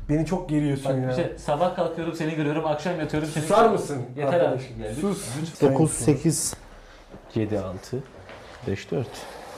Beni çok geriyorsun Bak, ya. işte sabah kalkıyorum seni görüyorum, akşam yatıyorum seni Susar mısın? Yeter abi. Sus. 9, 8, 7, 6, 5, 4.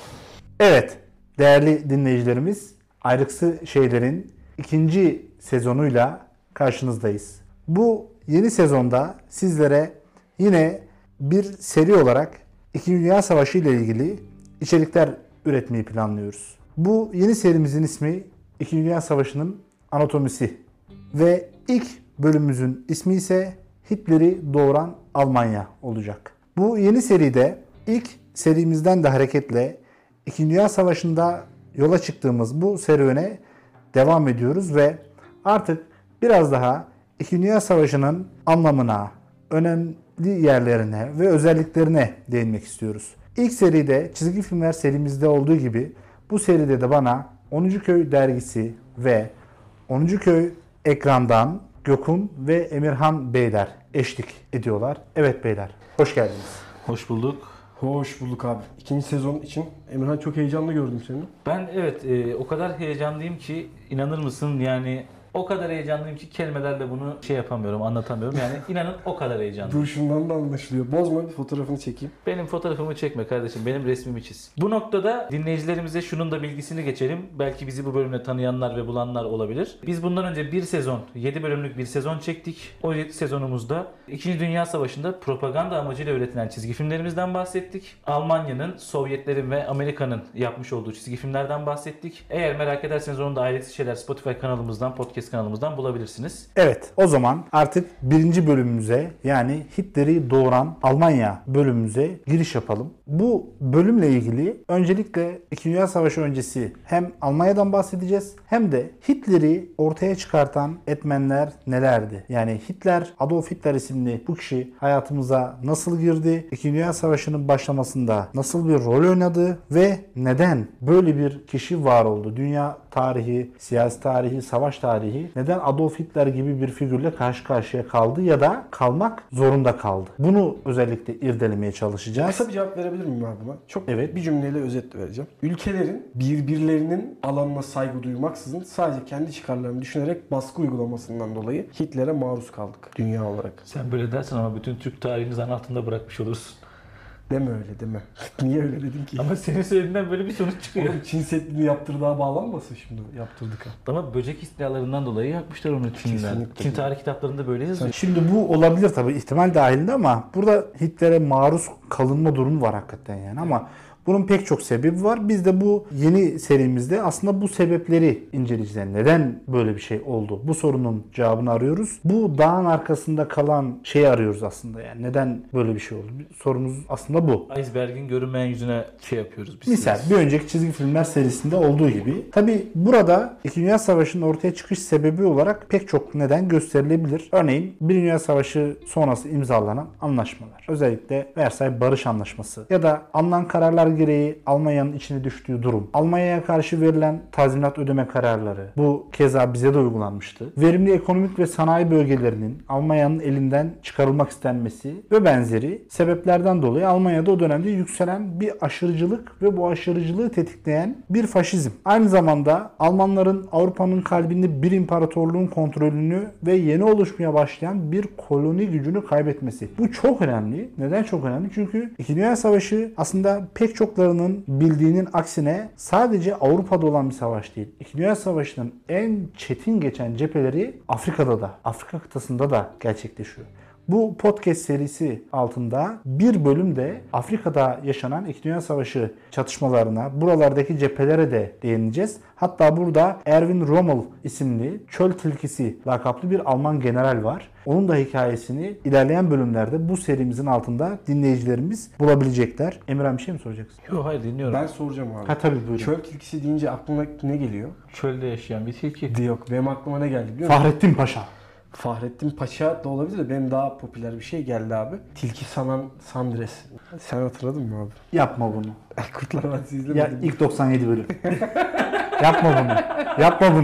Evet, değerli dinleyicilerimiz, Ayrıksı Şeyler'in ikinci sezonuyla karşınızdayız. Bu yeni sezonda sizlere yine bir seri olarak 2. Dünya Savaşı ile ilgili içerikler üretmeyi planlıyoruz. Bu yeni serimizin ismi 2. Dünya Savaşı'nın Anatomisi ve ilk bölümümüzün ismi ise Hitler'i doğuran Almanya olacak. Bu yeni seride ilk serimizden de hareketle 2. Dünya Savaşı'nda yola çıktığımız bu serüvene devam ediyoruz ve artık biraz daha 2. Dünya Savaşı'nın anlamına, önemli yerlerine ve özelliklerine değinmek istiyoruz. İlk seride çizgi filmler serimizde olduğu gibi bu seride de bana 10. Köy dergisi ve 10. Köy ekrandan Gökhan ve Emirhan Beyler eşlik ediyorlar. Evet beyler, hoş geldiniz. Hoş bulduk. Hoş bulduk abi. İkinci sezon için Emirhan çok heyecanlı gördüm seni. Ben evet o kadar heyecanlıyım ki inanır mısın yani o kadar heyecanlıyım ki kelimelerle bunu yapamıyorum, anlatamıyorum. Yani inanın o kadar heyecanlıyım. Duruşundan da anlaşılıyor. Bozma, bir fotoğrafını çekeyim. Benim fotoğrafımı çekme kardeşim, benim resmimi çiz. Bu noktada dinleyicilerimize şunun da bilgisini geçelim. Belki bizi bu bölümle tanıyanlar ve bulanlar olabilir. Biz bundan önce bir sezon, 7 bölümlük bir sezon çektik. O 7 sezonumuzda 2. Dünya Savaşı'nda propaganda amacıyla üretilen çizgi filmlerimizden bahsettik. Almanya'nın, Sovyetlerin ve Amerika'nın yapmış olduğu çizgi filmlerden bahsettik. Eğer merak ederseniz onu da Ayrıksı Şeyler Spotify kanalımızdan, podcast kanalımızdan bulabilirsiniz. Evet, o zaman artık birinci bölümümüze, yani Hitler'i doğuran Almanya bölümümüze giriş yapalım. Bu bölümle ilgili öncelikle 2. Dünya Savaşı öncesi hem Almanya'dan bahsedeceğiz hem de Hitler'i ortaya çıkartan etmenler nelerdi? Yani Adolf Hitler isimli bu kişi hayatımıza nasıl girdi? 2. Dünya Savaşı'nın başlamasında nasıl bir rol oynadı ve neden böyle bir kişi var oldu? Dünya tarihi, siyasi tarihi, savaş tarihi neden Adolf Hitler gibi bir figürle karşı karşıya kaldı ya da kalmak zorunda kaldı? Bunu özellikle irdelemeye çalışacağız. Kısa bir cevap verebilir miyim abi buna? Çok Evet. bir cümleyle özet vereceğim. Ülkelerin birbirlerinin alanına saygı duymaksızın sadece kendi çıkarlarını düşünerek baskı uygulamasından dolayı Hitler'e maruz kaldık dünya olarak. Sen böyle dersen ama bütün Türk tarihini zan altında bırakmış olursun. Deme öyle deme. Niye öyle dedin ki? Ama senin söylediğinden böyle bir sonuç çıkıyor. Oğlum Çin Seddi'ni yaptırdığa bağlanmasın şimdi yaptırdık ha. Ama böcek istilalarından dolayı yapmışlar onu Çinliler. Kesinlikle. Çin tarih kitaplarında böyle yazıyor. Şimdi bu olabilir tabii, ihtimal dahilinde, ama burada Hitler'e maruz kalınma durumu var hakikaten yani, ama bunun pek çok sebebi var. Biz de bu yeni serimizde aslında bu sebepleri inceleyeceğiz. Neden böyle bir şey oldu? Bu sorunun cevabını arıyoruz. Bu dağın arkasında kalan şeyi arıyoruz aslında yani. Neden böyle bir şey oldu? Sorumuz aslında bu. Iceberg'in görünmeyen yüzüne yapıyoruz biz. Misal bir önceki çizgi filmler serisinde olduğu gibi. Tabi burada 2. Dünya Savaşı'nın ortaya çıkış sebebi olarak pek çok neden gösterilebilir. Örneğin 1. Dünya Savaşı sonrası imzalanan anlaşmalar. Özellikle Versay Barış Anlaşması ya da alınan kararlar gereği Almanya'nın içine düştüğü durum. Almanya'ya karşı verilen tazminat ödeme kararları. Bu keza bize de uygulanmıştı. Verimli ekonomik ve sanayi bölgelerinin Almanya'nın elinden çıkarılmak istenmesi ve benzeri sebeplerden dolayı Almanya'da o dönemde yükselen bir aşırıcılık ve bu aşırıcılığı tetikleyen bir faşizm. Aynı zamanda Almanların Avrupa'nın kalbinde bir imparatorluğun kontrolünü ve yeni oluşmaya başlayan bir koloni gücünü kaybetmesi. Bu çok önemli. Neden çok önemli? Çünkü 2. Dünya Savaşı aslında pek çoklarının bildiğinin aksine sadece Avrupa'da olan bir savaş değil. 2. Dünya Savaşı'nın en çetin geçen cepheleri Afrika'da da, Afrika kıtasında da gerçekleşiyor. Bu podcast serisi altında bir bölümde Afrika'da yaşanan 2. Dünya Savaşı çatışmalarına, buralardaki cephelere de değineceğiz. Hatta burada Erwin Rommel isimli çöl tilkisi lakaplı bir Alman general var. Onun da hikayesini ilerleyen bölümlerde bu serimizin altında dinleyicilerimiz bulabilecekler. Emirhan, bir şey mi soracaksın? Yok hayır, dinliyorum. Ben soracağım abi. Ha tabii, buyurun. Çöl tilkisi deyince aklına ne geliyor? Çölde yaşayan bir tilki. Yok, benim aklıma ne geldi biliyor musun? Fahrettin Paşa. Fahrettin Paşa da olabilir de benim daha popüler bir şey geldi abi. Tilki sanan Sandres. Sen hatırladın mı abi? Yapma bunu. Kurtlar Vadisi Ya izlemedim. ilk 97 bölüm. Yapma bunu. Yapma bunu.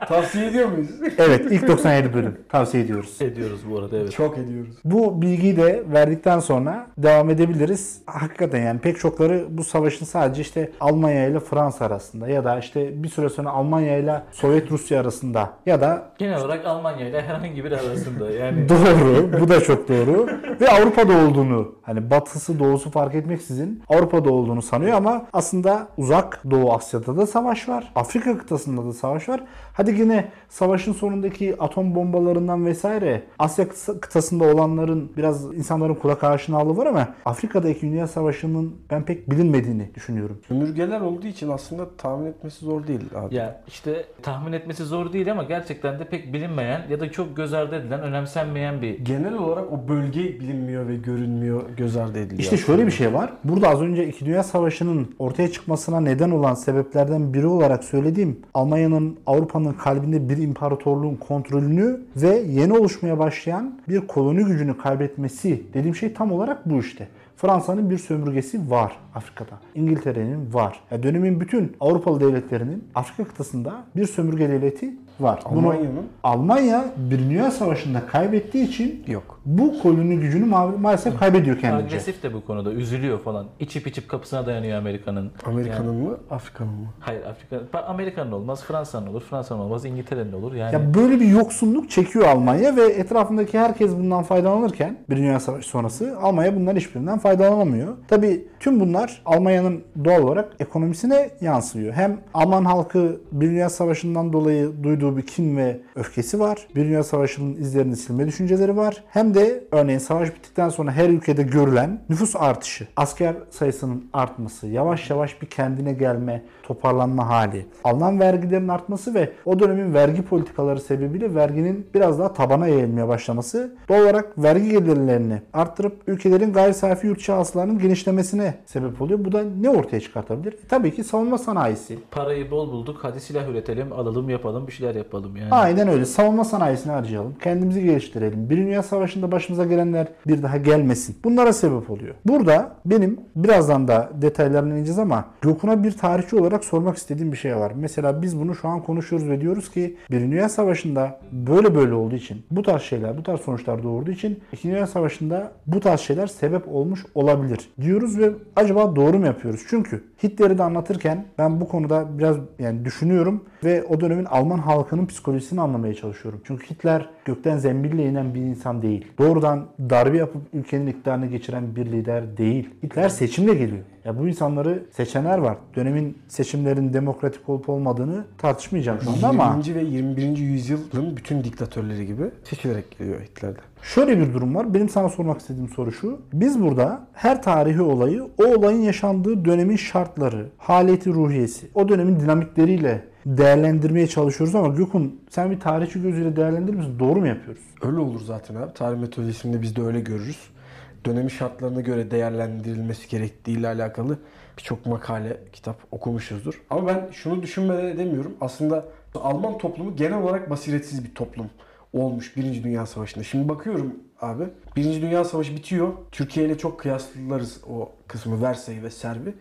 Tavsiye ediyor muyuz? Evet, ilk 97 bölüm tavsiye ediyoruz. Ediyoruz bu arada, evet. Çok ediyoruz. Bu bilgiyi de verdikten sonra devam edebiliriz. Hakikaten yani pek çokları bu savaşın sadece işte Almanya ile Fransa arasında ya da işte bir süre sonra Almanya ile Sovyet Rusya arasında ya da Genel olarak Almanya ile herhangi biri arasında yani. doğru, bu da çok doğru ve Avrupa'da olduğunu, hani batısı doğusu fark etmeksizin Avrupa'da olduğunu sanıyor ama aslında uzak Doğu Asya'da da savaş var. Afrika kıtasında da savaş var. Hadi yine savaşın sonundaki atom bombalarından vesaire Asya kıtasında olanların biraz insanların kulak aşinalığı var ama Afrika'da 2. Dünya Savaşı'nın ben pek bilinmediğini düşünüyorum. Sömürgeler olduğu için aslında tahmin etmesi zor değil abi. Ya işte tahmin etmesi zor değil ama gerçekten de pek bilinmeyen ya da çok göz ardı edilen, önemsenmeyen bir... Genel olarak o bölge bilinmiyor ve görünmüyor, göz ardı ediliyor. İşte şöyle bir şey var. Burada az önce 2. Dünya Savaşı'nın ortaya çıkmasına neden olan sebeplerden biri olarak söylediğim Almanya'nın Avrupa'nın kalbinde bir imparatorluğun kontrolünü ve yeni oluşmaya başlayan bir koloni gücünü kaybetmesi dediğim şey tam olarak bu işte. Fransa'nın bir sömürgesi var Afrika'da. İngiltere'nin var. Yani dönemin bütün Avrupalı devletlerinin Afrika kıtasında bir sömürge devleti var. Almanya'nın? Almanya bir Dünya Savaşı'nda kaybettiği için Yok. bu koloni gücünü maalesef kaybediyor kendince. Agresif de bu konuda, üzülüyor falan. İçip içip kapısına dayanıyor Amerika'nın. Amerika'nın mı, Afrika'nın mı? Hayır, Amerika'nın olmaz, Fransa'nın olur, Fransa'nın olmaz, İngiltere'nin olur. Yani Ya böyle bir yoksunluk çekiyor Almanya ve etrafındaki herkes bundan faydalanırken bir Dünya Savaşı sonrası Almanya bunların hiçbirinden faydalanamıyor. Tabii tüm bunlar Almanya'nın doğal olarak ekonomisine yansıyor. Hem Alman halkı bir Dünya Savaşı'ndan dolayı duyduğu bir kin ve öfkesi var. Bir Dünya Savaşı'nın izlerini silme düşünceleri var. Hem de örneğin savaş bittikten sonra her ülkede görülen nüfus artışı, asker sayısının artması, yavaş yavaş bir kendine gelme, toparlanma hali, alınan vergilerin artması ve o dönemin vergi politikaları sebebiyle verginin biraz daha tabana yayılmaya başlaması doğal olarak vergi gelirlerini arttırıp ülkelerin gayri safi yurt içi hasılalarının genişlemesine sebep oluyor. Bu da ne ortaya çıkartabilir? Tabii ki savunma sanayisi. parayı bol bulduk, hadi silah üretelim, alalım, yapalım, bir şeyler yapalım yani. Aynen öyle. Savunma sanayisini harcayalım. Kendimizi geliştirelim. Bir Dünya Savaşı'nda başımıza gelenler bir daha gelmesin. Bunlara sebep oluyor. Burada benim birazdan da detaylarına ineceğiz ama Gökhan'a bir tarihçi olarak sormak istediğim bir şey var. Mesela biz bunu şu an konuşuyoruz ve diyoruz ki bir Dünya Savaşı'nda böyle olduğu için, bu tarz şeyler, bu tarz sonuçlar doğurduğu için 2. Dünya Savaşı'nda bu tarz şeyler sebep olmuş olabilir diyoruz ve acaba doğru mu yapıyoruz? Çünkü Hitler'i de anlatırken ben bu konuda biraz yani düşünüyorum ve o dönemin Alman halkının psikolojisini anlamaya çalışıyorum. Çünkü Hitler gökten zembille inen bir insan değil. Doğrudan darbe yapıp ülkenin iktidarını geçiren bir lider değil. Hitler seçimle geliyor. Ya bu insanları seçenler var. Dönemin seçimlerin demokratik olup olmadığını tartışmayacağım şu anda ama 20. ve 21. yüzyılın bütün diktatörleri gibi seçilerek geliyor Hitler'de. şöyle bir durum var. Benim sana sormak istediğim soru şu. Biz burada her tarihi olayı o olayın yaşandığı dönemin şartları, haleti ruhiyesi, o dönemin dinamikleriyle değerlendirmeye çalışıyoruz ama Gökhan sen bir tarihçi gözüyle değerlendirir misin? Doğru mu yapıyoruz? Öyle olur zaten abi. Tarih metodolojisinde biz de öyle görürüz. Dönemin şartlarına göre değerlendirilmesi gerektiğiyle alakalı birçok makale, kitap okumuşuzdur. Ama ben şunu düşünmeden edemiyorum. Aslında Alman toplumu genel olarak basiretsiz bir toplum olmuş 1. Dünya Savaşı'nda. Şimdi bakıyorum abi. 1. Dünya Savaşı bitiyor. Türkiye ile çok kıyaslarız o kısmı, Versay ve Serbi.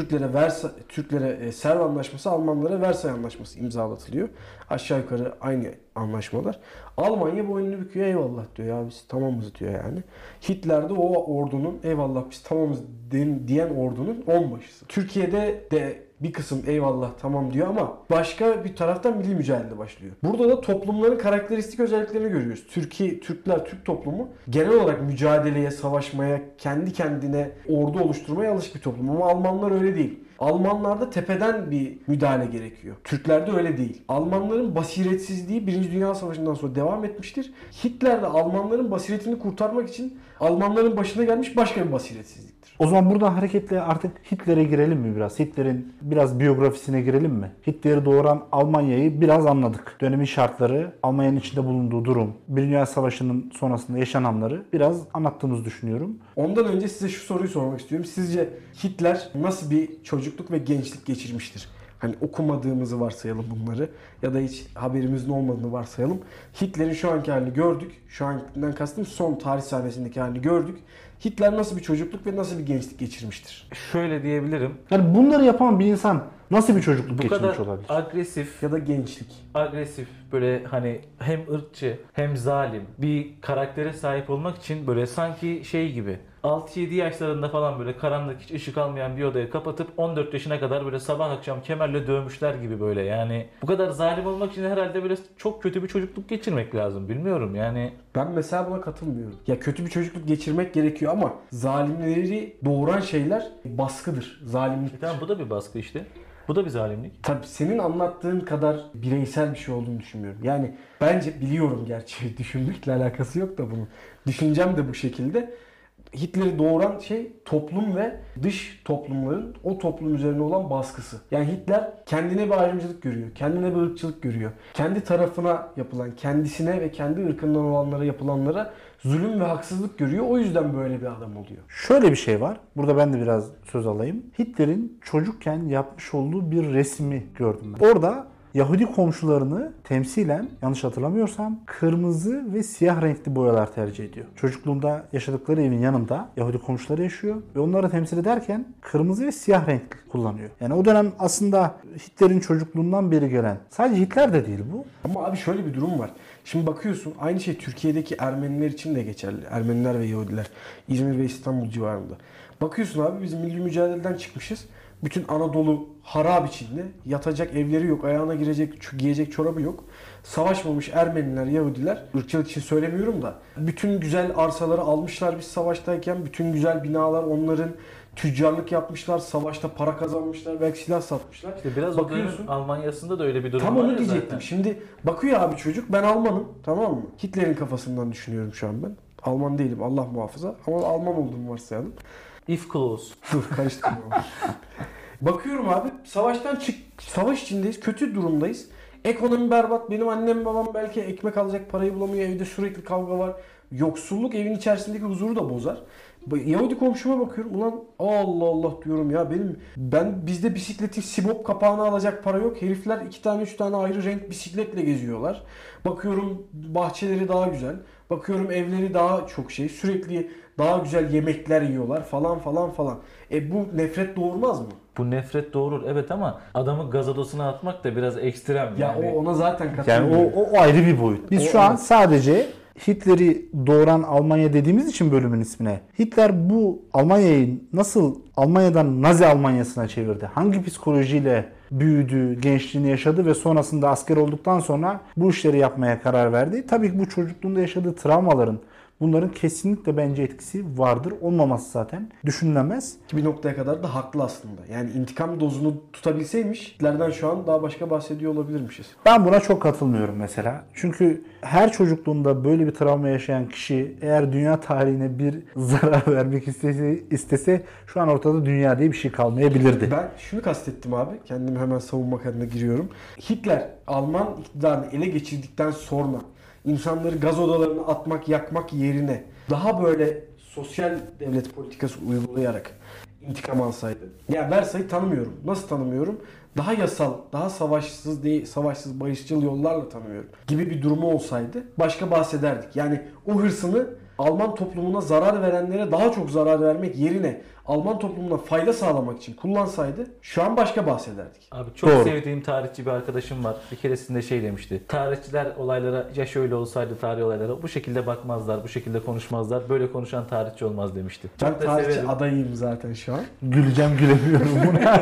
Türklere Serv Anlaşması, Almanlara Versay Anlaşması imzalatılıyor. Aşağı yukarı aynı anlaşmalar. Almanya bu önünü büküyor, eyvallah diyor ya biz tamamız diyor yani. Hitler de o ordunun eyvallah biz tamamız diyen ordunun onbaşısı. Türkiye'de de bir kısım eyvallah tamam diyor ama başka bir taraftan milli mücadele başlıyor. Burada da toplumların karakteristik özelliklerini görüyoruz. Türk toplumu genel olarak mücadeleye, savaşmaya, kendi kendine ordu oluşturmaya alışık bir toplum. Ama Almanlar öyle değil. Almanlarda tepeden bir müdahale gerekiyor. Türklerde öyle değil. Almanların basiretsizliği 1. Dünya Savaşı'ndan sonra devam etmiştir. Hitler de Almanların basiretini kurtarmak için Almanların başına gelmiş başka bir basiretsizliktir. O zaman buradan hareketle artık Hitler'e girelim mi biraz? Hitler'in biraz biyografisine girelim mi? Hitler'i doğuran Almanya'yı biraz anladık. Dönemin şartları, Almanya'nın içinde bulunduğu durum, bir Dünya Savaşı'nın sonrasında yaşananları biraz anlattığımızı düşünüyorum. Ondan önce size şu soruyu sormak istiyorum. Sizce Hitler nasıl bir çocukluk ve gençlik geçirmiştir? Hani okumadığımızı varsayalım bunları ya da hiç haberimizin olmadığını varsayalım. Hitler'in şu anki halini gördük. Şu ankinden kastım son tarih sahnesindeki halini gördük. Hitler nasıl bir çocukluk ve nasıl bir gençlik geçirmiştir? Şöyle diyebilirim. Yani bunları yapan bir insan nasıl bir çocukluk Bu kadar geçirmiş olabilir? agresif, Ya da gençlik. böyle hani hem ırkçı hem zalim bir karaktere sahip olmak için böyle sanki şey gibi 6-7 yaşlarında falan böyle karanlık hiç ışık almayan bir odaya kapatıp 14 yaşına kadar böyle sabah akşam kemerle dövmüşler gibi böyle yani bu kadar zalim olmak için herhalde böyle çok kötü bir çocukluk geçirmek lazım bilmiyorum yani. Ben mesela buna katılmıyorum. Ya kötü bir çocukluk geçirmek gerekiyor ama zalimleri doğuran şeyler baskıdır, zalimliktir. Tamam bu da bir baskı işte. Bu da bir zalimlik. Tabii senin anlattığın kadar bireysel bir şey olduğunu düşünmüyorum. Yani bence biliyorum gerçi düşünmekle alakası yok da bunun. Düşüncem de bu şekilde. Hitler'i doğuran şey toplum ve dış toplumların o toplum üzerine olan baskısı. Yani Hitler kendine bir ayrımcılık görüyor. Kendine bir ırkçılık görüyor. Kendi tarafına yapılan, kendisine ve kendi ırkından olanlara yapılanlara zulüm ve haksızlık görüyor. O yüzden böyle bir adam oluyor. Şöyle bir şey var. Burada ben de biraz söz alayım. Hitler'in çocukken yapmış olduğu bir resmi gördüm ben. Orada Yahudi komşularını temsilen, yanlış hatırlamıyorsam, kırmızı ve siyah renkli boyalar tercih ediyor. Çocukluğunda yaşadıkları evin yanında Yahudi komşuları yaşıyor ve onları temsil ederken kırmızı ve siyah renk kullanıyor. Yani o dönem aslında Hitler'in çocukluğundan beri gelen, sadece Hitler de değil bu. Ama abi şöyle bir durum var. Şimdi bakıyorsun aynı şey Türkiye'deki Ermeniler için de geçerli. Ermeniler ve Yahudiler. İzmir ve İstanbul civarında. Bakıyorsun abi biz milli mücadeleden çıkmışız. Bütün Anadolu harap içinde. Yatacak evleri yok. Ayağına girecek, giyecek çorabı yok. Savaşmamış Ermeniler, Yahudiler. Irkçılık için söylemiyorum da. Bütün güzel arsaları almışlar biz savaştayken. Bütün güzel binalar onların. Tüccarlık yapmışlar. Savaşta para kazanmışlar. Belki silah satmışlar. İşte biraz o dönemin Almanya'sında da öyle bir durum Tam var onu ya diyecektim. zaten. Şimdi bakıyor abi çocuk ben Almanım tamam mı? Hitler'in kafasından düşünüyorum şu an ben. Alman değilim Allah muhafaza ama Alman olduğumu varsayalım. If close. Dur karıştırma. Bakıyorum abi savaş içindeyiz kötü durumdayız. Ekonomi berbat benim annem babam belki ekmek alacak parayı bulamıyor evde sürekli kavga var. Yoksulluk evin içerisindeki huzuru da bozar. Yahudi komşuma bakıyorum ulan Allah Allah diyorum ya bizde bisikletin sibop kapağını alacak para yok. Herifler 2 tane 3 tane ayrı renk bisikletle geziyorlar. Bakıyorum bahçeleri daha güzel. Bakıyorum evleri daha çok sürekli daha güzel yemekler yiyorlar falan falan falan. Bu nefret doğurmaz mı? Bu nefret doğurur evet ama adamı gaz odasına atmak da biraz ekstrem Ya yani. ona zaten katılıyorum. Yani o ayrı bir boyut. Biz şu an sadece Hitler'i doğuran Almanya dediğimiz için bölümün ismine. Hitler bu Almanya'yı nasıl Almanya'dan Nazi Almanya'sına çevirdi? Hangi psikolojiyle büyüdü, gençliğini yaşadı ve sonrasında asker olduktan sonra bu işleri yapmaya karar verdi? Tabii ki bu çocukluğunda yaşadığı travmaların bunların kesinlikle bence etkisi vardır. Olmaması zaten düşünülemez. Bir noktaya kadar da haklı aslında. Yani intikam dozunu tutabilseymiş Hitler'den şu an daha başka bahsediyor olabilirmişiz. Ben buna çok katılmıyorum mesela. Çünkü her çocukluğunda böyle bir travma yaşayan kişi eğer dünya tarihine bir zarar vermek istese şu an ortada dünya diye bir şey kalmayabilirdi. Ben şunu kastettim abi. Kendimi hemen savunmak adına giriyorum. Hitler Alman iktidarını ele geçirdikten sonra insanları gaz odalarına atmak, yakmak yerine daha böyle sosyal devlet politikası uygulayarak intikam alsaydı. Ya Versay'ı tanımıyorum. Nasıl tanımıyorum? Daha yasal, daha savaşsız barışçıl yollarla tanımıyorum. Gibi bir durumu olsaydı başka bahsederdik. Yani o hırsını Alman toplumuna zarar verenlere daha çok zarar vermek yerine Alman toplumuna fayda sağlamak için kullansaydı şu an başka bahsederdik. Abi çok Doğru. sevdiğim tarihçi bir arkadaşım var. Bir keresinde şey demişti. Tarihçiler olaylara ya şöyle olsaydı tarih olaylara bu şekilde bakmazlar, bu şekilde konuşmazlar. Böyle konuşan tarihçi olmaz demişti. Ben Çok da tarihçi severim. adayım zaten şu an. Güleceğim gülemiyorum buna.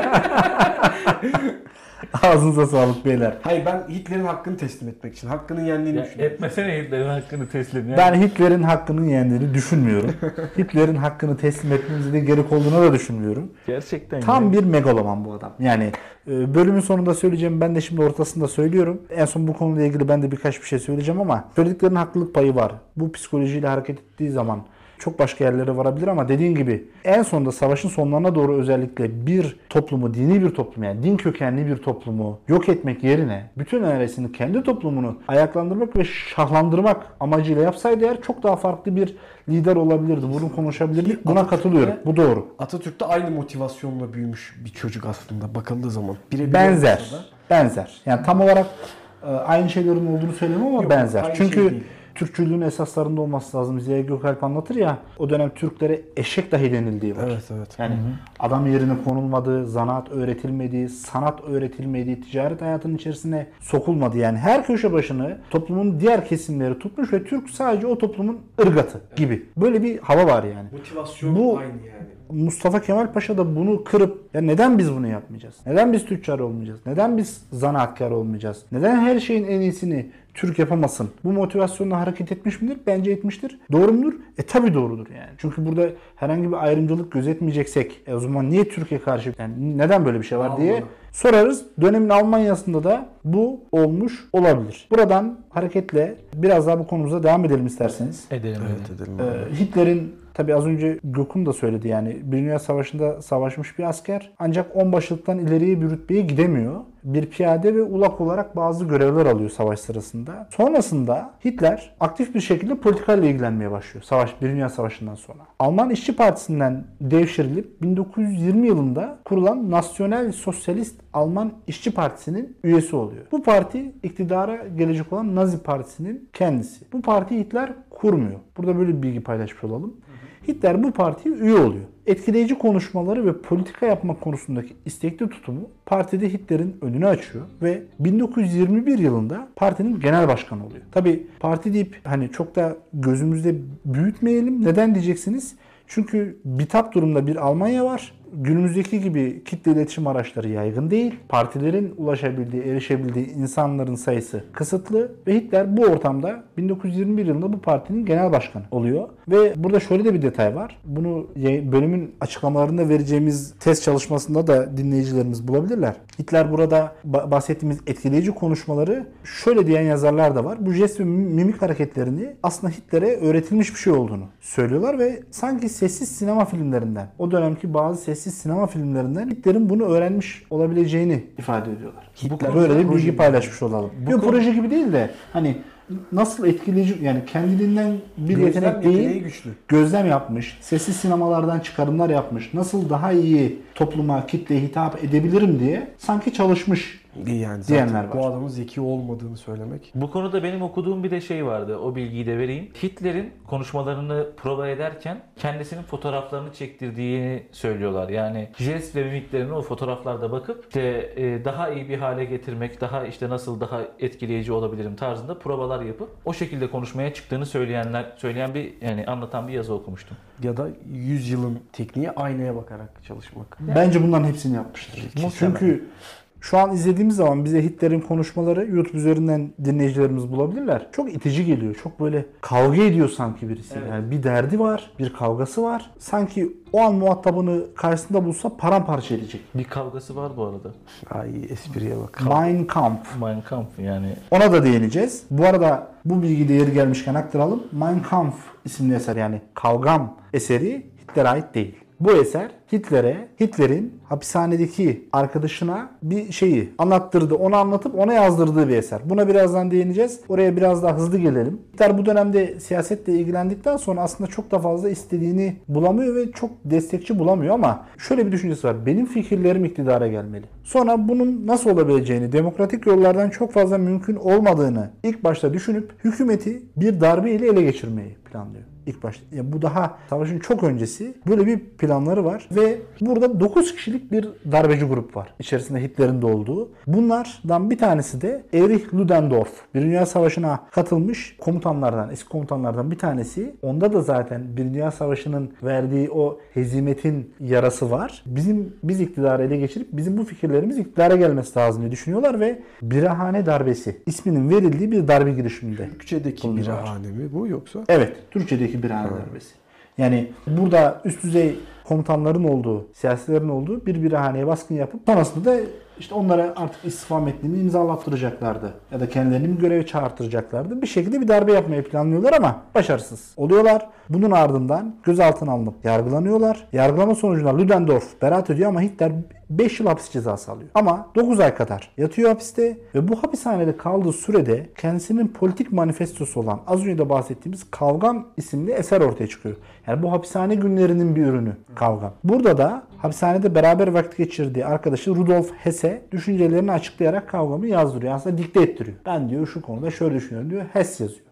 Ağzınıza sağlık beyler. Hayır ben Hitler'in hakkını teslim etmek için. Hakkının yendiğini Ya düşünüyorum. etmesene Hitler'in hakkını teslim. Yani. Ben Hitler'in hakkının yendiğini düşünmüyorum. Hitler'in hakkını teslim etmemize de gerek olduğunu da düşünmüyorum. Gerçekten Tam bir megaloman bu adam. Yani bölümün sonunda söyleyeceğim, ben de şimdi ortasında söylüyorum. En son bu konuyla ilgili ben de birkaç bir şey söyleyeceğim ama söylediklerinin haklılık payı var. Bu psikolojiyle hareket ettiği zaman çok başka yerlere varabilir ama dediğin gibi en sonunda savaşın sonlarına doğru özellikle bir toplumu, dini bir toplum yani din kökenli bir toplumu yok etmek yerine bütün ailesini, kendi toplumunu ayaklandırmak ve şahlandırmak amacıyla yapsaydı eğer çok daha farklı bir lider olabilirdi. Bunu konuşabilirdik. Buna katılıyorum. Bu doğru. Atatürk de aynı motivasyonla büyümüş bir çocuk aslında bakıldığı zaman. Birebir Benzer. olmasa da. Benzer. Yani tam olarak aynı şeylerin olduğunu söylemem ama Yok, benzer. aynı Çünkü şey değil. Türkçülüğün esaslarında olması lazım. Ziya Gökalp anlatır ya, o dönem Türklere eşek dahi denildiği var. Evet. Yani adam yerine konulmadı, zanaat öğretilmedi, sanat öğretilmedi, ticaret hayatının içerisine sokulmadı. Yani her köşe başını toplumun diğer kesimleri tutmuş ve Türk sadece o toplumun ırgatı gibi. Böyle bir hava var yani. Motivasyon Bu- aynı yani. Mustafa Kemal Paşa da bunu kırıp ya neden biz bunu yapmayacağız? Neden biz tüccar olmayacağız? Neden biz zanaatkar olmayacağız? Neden her şeyin en iyisini Türk yapamasın? Bu motivasyonla hareket etmiş midir? Bence etmiştir. Doğru mudur? Tabii doğrudur yani. Çünkü burada herhangi bir ayrımcılık gözetmeyeceksek o zaman niye Türkiye karşı, yani neden böyle bir şey var diye sorarız. Dönemin Almanya'sında da bu olmuş olabilir. Buradan hareketle biraz daha bu konumuza devam edelim isterseniz. Edelim. Edelim. Hitler'in tabi az önce Gökhan da söyledi, yani bir Dünya Savaşı'nda savaşmış bir asker ancak onbaşılıktan ileriye bir rütbeye gidemiyor. Bir piyade ve ulak olarak bazı görevler alıyor savaş sırasında. Sonrasında Hitler aktif bir şekilde politikayla ilgilenmeye başlıyor. Bir Dünya Savaşı'ndan sonra. Alman İşçi Partisi'nden devşirilip 1920 yılında kurulan Nasyonel Sosyalist Alman İşçi Partisi'nin üyesi oluyor. Bu parti iktidara gelecek olan Nazi Partisi'nin kendisi. Bu parti Hitler kurmuyor. Burada böyle bir bilgi paylaşmış olalım. Hitler bu partiye üye oluyor. Etkileyici konuşmaları ve politika yapmak konusundaki istekli tutumu partide Hitler'in önünü açıyor ve 1921 yılında partinin genel başkanı oluyor. Tabii parti deyip hani çok da gözümüzde büyütmeyelim. Neden diyeceksiniz? Çünkü bitap durumda bir Almanya var. Günümüzdeki gibi kitle iletişim araçları yaygın değil. Partilerin ulaşabildiği, erişebildiği insanların sayısı kısıtlı ve Hitler bu ortamda 1921 yılında bu partinin genel başkanı oluyor. Ve burada şöyle de bir detay var. Bunu bölümün açıklamalarında vereceğimiz test çalışmasında da dinleyicilerimiz bulabilirler. Hitler burada bahsettiğimiz etkileyici konuşmaları şöyle diyen yazarlar da var. Bu jest ve mimik hareketlerini aslında Hitler'e öğretilmiş bir şey olduğunu söylüyorlar ve sanki sessiz sinema filmlerinden, o dönemki bazı sessiz sinema filmlerinden Hitler'in bunu öğrenmiş olabileceğini ifade ediyorlar. Hitler Böyle de proje bilgi gibi. paylaşmış olalım. Yok, proje gibi değil de hani nasıl etkileyici, yani kendiliğinden bir yetenek yeteneği değil, güçlü. gözlem yapmış, sessiz sinemalardan çıkarımlar yapmış, nasıl daha iyi topluma, kitleye hitap edebilirim diye sanki çalışmış Yani zaten diyenler var. bu adamın zeki olmadığını söylemek. Bu konuda benim okuduğum bir de şey vardı. O bilgiyi de vereyim. Hitler'in konuşmalarını prova ederken kendisinin fotoğraflarını çektirdiğini söylüyorlar. Yani jest ve mimiklerini o fotoğraflarda bakıp işte daha iyi bir hale getirmek, daha işte nasıl daha etkileyici olabilirim tarzında provalar yapıp o şekilde konuşmaya çıktığını söyleyen bir, yani anlatan bir yazı okumuştum. Ya da 100 yılın tekniği aynaya bakarak çalışmak. Bence bunların hepsini yapmıştır. Muhtemelen. Çünkü şu an izlediğimiz zaman bize Hitler'in konuşmaları YouTube üzerinden dinleyicilerimiz bulabilirler. Çok itici geliyor. Çok böyle kavga ediyor sanki birisi. Evet. Yani bir derdi var, bir kavgası var. Sanki o an muhatabını karşısında bulsa paramparça edecek. Bir kavgası var bu arada. Ay espriye bak. Mein Kampf. Mein Kampf yani. Ona da değineceğiz. Bu arada bu bilgi değeri gelmişken aktaralım. Mein Kampf isimli eser, yani Kavgam eseri Hitler'e ait değil. Bu eser Hitler'in hapishanedeki arkadaşına bir şeyi anlattırdı, onu anlatıp ona yazdırdığı bir eser. Buna birazdan değineceğiz. Oraya biraz daha hızlı gelelim. Hitler bu dönemde siyasetle ilgilendikten sonra aslında çok da fazla istediğini bulamıyor ve çok destekçi bulamıyor ama şöyle bir düşüncesi var. Benim fikirlerim iktidara gelmeli. Sonra bunun nasıl olabileceğini, demokratik yollardan çok fazla mümkün olmadığını ilk başta düşünüp hükümeti bir darbe ile ele geçirmeyi planlıyor. İlk başta. Yani bu daha savaşın çok öncesi. Böyle bir planları var ve burada 9 kişilik bir darbeci grup var. İçerisinde Hitler'in de olduğu. Bunlardan bir tanesi de Erich Ludendorff. Bir Dünya Savaşı'na katılmış komutanlardan, eski komutanlardan bir tanesi. Onda da zaten bir Dünya Savaşı'nın verdiği o hezimetin yarası var. Biz iktidarı ele geçirip bizim bu fikirlerimiz iktidara gelmesi lazım diye düşünüyorlar ve Birahane Darbesi isminin verildiği bir darbe girişiminde. Türkçedeki birahane mi bu yoksa? Evet, Türkçedeki Birahane Darbesi. Yani burada üst düzey komutanların olduğu, siyasilerin olduğu bir birahaneye baskın yapıp sonrasında da işte onlara artık istifa metnini imzalattıracaklardı. Ya da kendilerini bir göreve çağırtıracaklardı. Bir şekilde bir darbe yapmayı planlıyorlar ama başarısız oluyorlar. Bunun ardından gözaltına alınıp yargılanıyorlar. Yargılama sonucunda Ludendorff beraat ediyor ama Hitler 5 yıl hapis cezası alıyor. Ama 9 ay kadar yatıyor hapiste ve bu hapishanede kaldığı sürede kendisinin politik manifestosu olan az önce de bahsettiğimiz Kavgam isimli eser ortaya çıkıyor. Yani bu hapishane günlerinin bir ürünü Kavgam. Burada da hapishanede beraber vakit geçirdiği arkadaşı Rudolf Hesse düşüncelerini açıklayarak Kavgam'ı yazdırıyor. Aslında dikte ettiriyor. Ben diyor şu konuda şöyle düşünüyorum diyor. Hess yazıyor.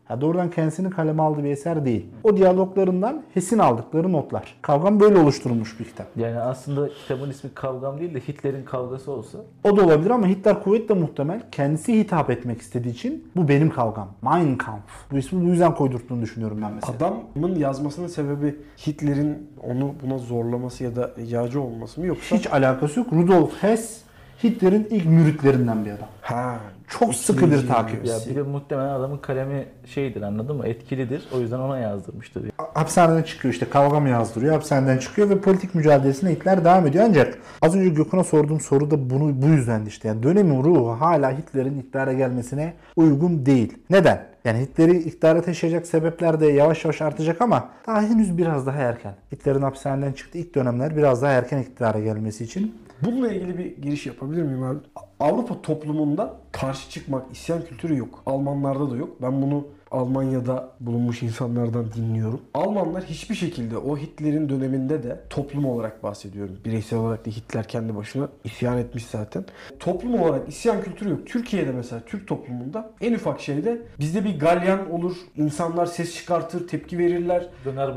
Ya doğrudan kendisinin kaleme aldığı bir eser değil. O diyaloglarından Hess'in aldıkları notlar. Kavgam böyle oluşturulmuş bir kitap. Yani aslında kitabın ismi Kavgam değil de Hitler'in kavgası olsa. O da olabilir ama Hitler kuvvetle muhtemel kendisi hitap etmek istediği için bu benim kavgam. Mein Kampf. Bu ismi bu yüzden koydurttuğunu düşünüyorum ben mesela. Adamın yazmasının sebebi Hitler'in onu buna zorlaması ya da yağcı olması mı yoksa? Hiç alakası yok. Rudolf Hess Hitler'in ilk müritlerinden bir adam. Ha. Çok sıkı bir etkileyici. Ya takipçisi. bir de muhtemelen adamın kalemi şeydir, anladın mı? Etkilidir. O yüzden ona yazdırmıştır. Hapishaneden çıkıyor, işte kavgamı yazdırıyor. Hapishaneden çıkıyor ve politik mücadelesine Hitler devam ediyor. Ancak az önce Gökhan'a sorduğum soru da bu yüzdendi işte. Yani dönemin ruhu hala Hitler'in iktidara gelmesine uygun değil. Neden? Yani Hitler'i iktidara taşıyacak sebepler de yavaş yavaş artacak ama daha henüz biraz daha erken. Hitler'in hapishaneden çıktığı ilk dönemler biraz daha erken iktidara gelmesi için. Bununla ilgili bir giriş yapabilir miyim abi? Avrupa toplumunda karşı çıkmak, isyan kültürü yok. Almanlarda da yok. Ben bunu Almanya'da bulunmuş insanlardan dinliyorum. Almanlar hiçbir şekilde o Hitler'in döneminde de toplum olarak bahsediyorum. Bireysel olarak da Hitler kendi başına isyan etmiş zaten. Toplum olarak isyan kültürü yok. Türkiye'de mesela Türk toplumunda en ufak şeyde bizde bir galyan olur. İnsanlar ses çıkartır, tepki verirler.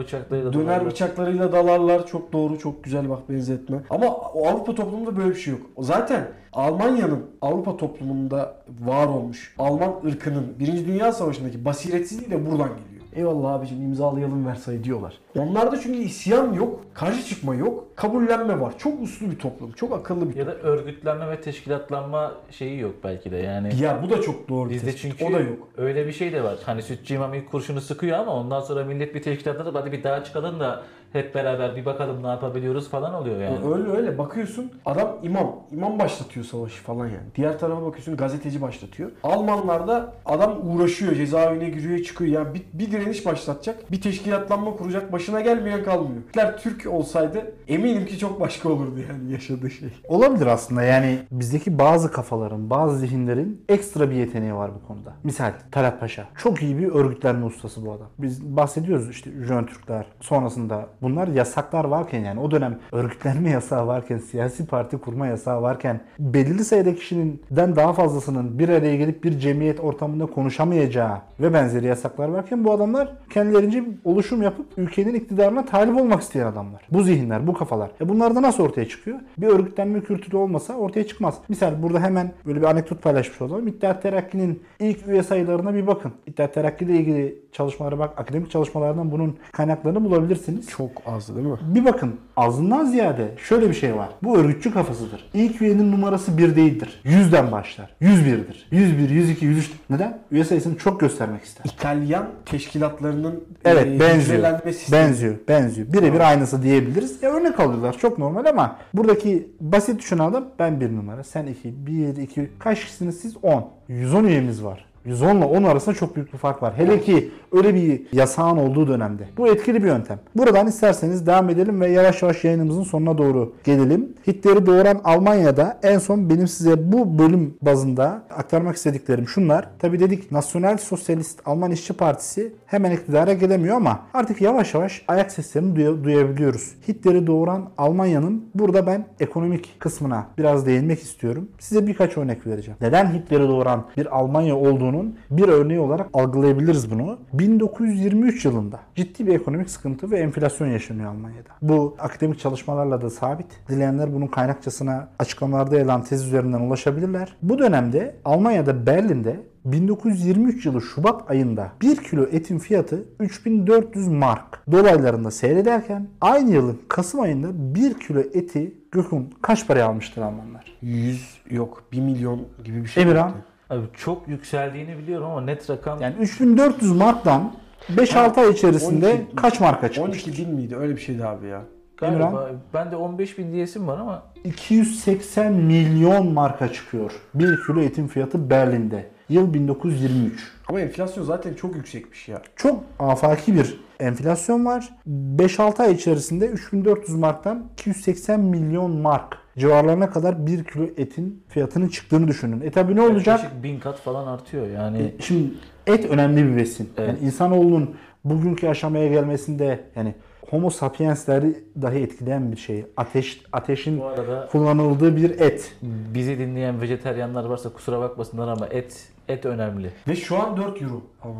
Döner bıçaklarıyla dalarlar. Çok doğru, çok güzel bak benzetme. Ama o Avrupa toplumunda böyle bir şey yok. Zaten Almanya'nın Avrupa toplumunda var olmuş Alman ırkının 1. Dünya Savaşı'ndaki basiretsizliği de buradan geliyor. Eyvallah abicim imzalayalım Versay diyorlar. Onlarda çünkü isyan yok, karşı çıkma yok, kabullenme var. Çok uslu bir toplum, çok akıllı bir Ya da örgütlenme ve teşkilatlanma şeyi yok belki de yani. Ya bu da çok doğru. Bizde çünkü o da yok. öyle bir şey de var. Hani Sütçü İmam ilk kurşunu sıkıyor ama ondan sonra millet bir teşkilatlanıp hadi bir daha çıkalım da hep beraber bir bakalım ne yapabiliyoruz falan oluyor yani. Öyle bakıyorsun adam imam başlatıyor savaşı falan yani. Diğer tarafa bakıyorsun gazeteci başlatıyor. Almanlarda adam uğraşıyor, cezaevine giriyor, çıkıyor. Yani bir direniş başlatacak, bir teşkilatlanma kuracak, başına gelmeyen kalmıyor. Hitler Türk olsaydı eminim ki çok başka olurdu yani yaşadığı şey. Olabilir aslında, yani bizdeki bazı kafaların, bazı zihinlerin ekstra bir yeteneği var bu konuda. Misal Talat Paşa. Çok iyi bir örgütlenme ustası bu adam. Biz bahsediyoruz işte Jön Türkler, sonrasında bunlar yasaklar varken, yani o dönem örgütlenme yasağı varken, siyasi parti kurma yasağı varken, belirli sayıda kişiden daha fazlasının bir araya gelip bir cemiyet ortamında konuşamayacağı ve benzeri yasaklar varken bu adamlar kendilerince bir oluşum yapıp ülkenin iktidarına talip olmak isteyen adamlar. Bu zihinler, bu kafalar. Bunlar da nasıl ortaya çıkıyor? Bir örgütlenme kültürü olmasa ortaya çıkmaz. Misal burada hemen böyle bir anekdot paylaşmış olalım. İttihat Terakki'nin ilk üye sayılarına bir bakın. İttihat Terakki ile ilgili çalışmalara bak, akademik çalışmalardan bunun kaynaklarını bulabilirsiniz. Çok az değil mi? Bir bakın, azından ziyade şöyle bir şey var. Bu örgütçü kafasıdır. İlk üyenin numarası 1 değildir. 100'den başlar. 101'dir. 101, 102, 103. Neden? Üye sayısını çok göstermek ister. İtalyan teşkilatlarının Evet, hücrelenme sistemi. benziyor. Birebir aynısı diyebiliriz. Ya örnek alıyorlar. Çok normal ama buradaki basit düşünen adam, ben 1 numara, sen 2, 1, 2, kaç kişisiniz siz? 10. 110 üyemiz var. 110 ile 10 arasında çok büyük bir fark var. Hele ki öyle bir yasağın olduğu dönemde. Bu etkili bir yöntem. Buradan isterseniz devam edelim ve yavaş yavaş yayınımızın sonuna doğru gelelim. Hitler'i doğuran Almanya'da en son benim size bu bölüm bazında aktarmak istediklerim şunlar. Tabi dedik, Nasyonal Sosyalist Alman İşçi Partisi hemen iktidara gelemiyor ama artık yavaş yavaş ayak seslerini duyabiliyoruz. Hitler'i doğuran Almanya'nın burada ben ekonomik kısmına biraz değinmek istiyorum. Size birkaç örnek vereceğim. Neden Hitler'i doğuran bir Almanya olduğunu bir örneği olarak algılayabiliriz bunu. 1923 yılında ciddi bir ekonomik sıkıntı ve enflasyon yaşanıyor Almanya'da. Bu akademik çalışmalarla da sabit. Dileyenler bunun kaynakçasına açıklamalarda yer alan tez üzerinden ulaşabilirler. Bu dönemde Almanya'da, Berlin'de 1923 yılı Şubat ayında 1 kilo etin fiyatı 3400 mark dolaylarında seyrederken aynı yılın Kasım ayında 1 kilo eti Gökhan kaç paraya almıştır Almanlar? 1 milyon gibi bir şey. Emirhan? Abi çok yükseldiğini biliyorum ama net rakam Yani 3400 marktan 5-6 ay içerisinde 12 kaç marka çıkmış? 12 bin miydi? Öyle bir şeydi abi ya. galiba Emirhan? ben de 15.000 diyesim var ama 280 milyon marka çıkıyor. 1 kilo etin fiyatı Berlin'de. Yıl 1923. Ama enflasyon zaten çok yüksekmiş ya. Çok afaki bir enflasyon var. 5-6 ay içerisinde 3400 marktan 280 milyon mark civarlarına kadar 1 kilo etin fiyatının çıktığını düşünün. Tabi ne olacak? yaklaşık 1000 kat falan artıyor yani. Şimdi et önemli bir besin. Evet. Yani insanoğlunun bugünkü aşamaya gelmesinde yani Homo sapiensleri dahi etkileyen bir şey. Ateşin Bu arada kullanıldığı bir et. bizi dinleyen vejeteryanlar varsa kusura bakmasınlar ama et önemli. Ve şu an 4 euro Almanya'da.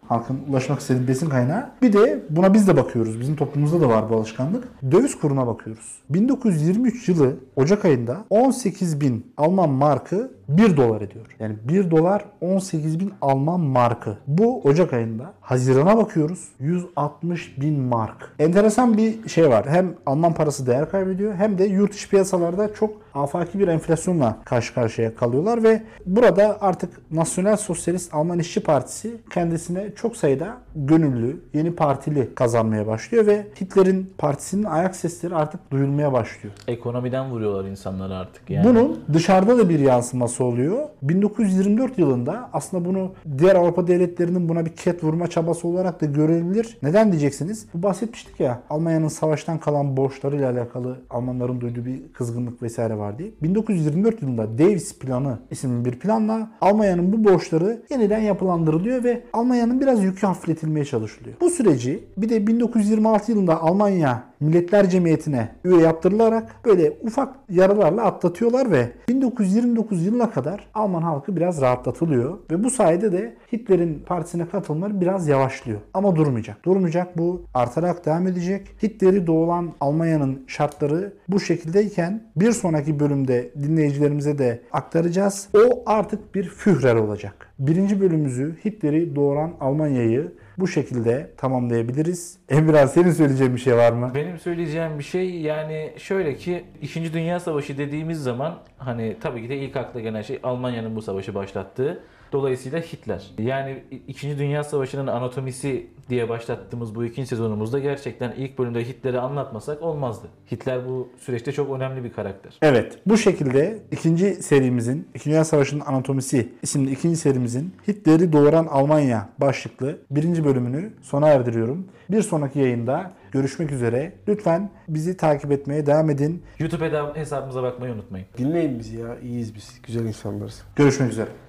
Halkın ulaşmak istediği besin kaynağı. Bir de buna biz de bakıyoruz. Bizim toplumumuzda da var bu alışkanlık. Döviz kuruna bakıyoruz. 1923 yılı Ocak ayında 18.000 Alman markı 1 dolar ediyor. Yani 1 dolar 18.000 Alman markı. Bu Ocak ayında. Hazirana bakıyoruz. 160.000 mark. Enteresan bir şey var. Hem Alman parası değer kaybediyor hem de yurt dışı piyasalarda çok afaki bir enflasyonla karşı karşıya kalıyorlar ve burada artık Nasyonel Sosyalist Alman İşçi Partisi kendisine çok sayıda gönüllü, yeni partili kazanmaya başlıyor ve Hitler'in partisinin ayak sesleri artık duyulmaya başlıyor. Ekonomiden vuruyorlar insanları artık yani. Bunun dışarıda da bir yansıması oluyor. 1924 yılında aslında bunu diğer Avrupa devletlerinin buna bir ket vurma çabası olarak da görebilir. Neden diyeceksiniz? Bu bahsetmiştik ya, Almanya'nın savaştan kalan borçlarıyla alakalı Almanların duyduğu bir kızgınlık vesaire var diye. 1924 yılında Davis planı isimli bir planla Almanya'nın bu borçları yeniden yapılandırılıyor ve Almanya'nın biraz yükü hafifletilmeye çalışılıyor. Bu süreci bir de 1926 yılında Almanya Milletler Cemiyeti'ne üye yaptırılarak böyle ufak yaralarla atlatıyorlar ve 1929 yılına kadar Alman halkı biraz rahatlatılıyor ve bu sayede de Hitler'in partisine katılımları biraz yavaşlıyor. Ama durmayacak. Durmayacak, bu artarak devam edecek. Hitler'i doğulan Almanya'nın şartları bu şekildeyken bir sonraki bölümde dinleyicilerimize de aktaracağız. O artık bir Führer olacak. Birinci bölümümüzü Hitler'i doğuran Almanya'yı bu şekilde tamamlayabiliriz. Emrah, senin söyleyeceğin bir şey var mı? Benim söyleyeceğim bir şey yani şöyle ki 2. Dünya Savaşı dediğimiz zaman hani tabii ki de ilk akla gelen şey Almanya'nın bu savaşı başlattığı. Dolayısıyla Hitler. Yani 2. Dünya Savaşı'nın anatomisi diye başlattığımız bu ikinci sezonumuzda gerçekten ilk bölümde Hitler'i anlatmasak olmazdı. Hitler bu süreçte çok önemli bir karakter. Evet, bu şekilde ikinci serimizin, 2. Dünya Savaşı'nın Anatomisi isimli ikinci serimizin Hitler'i doğuran Almanya başlıklı birinci bölümünü sona erdiriyorum. Bir sonraki yayında görüşmek üzere. Lütfen bizi takip etmeye devam edin. YouTube hesabımıza bakmayı unutmayın. Dinleyin bizi ya. İyiyiz biz. Güzel insanlarız. Görüşmek üzere.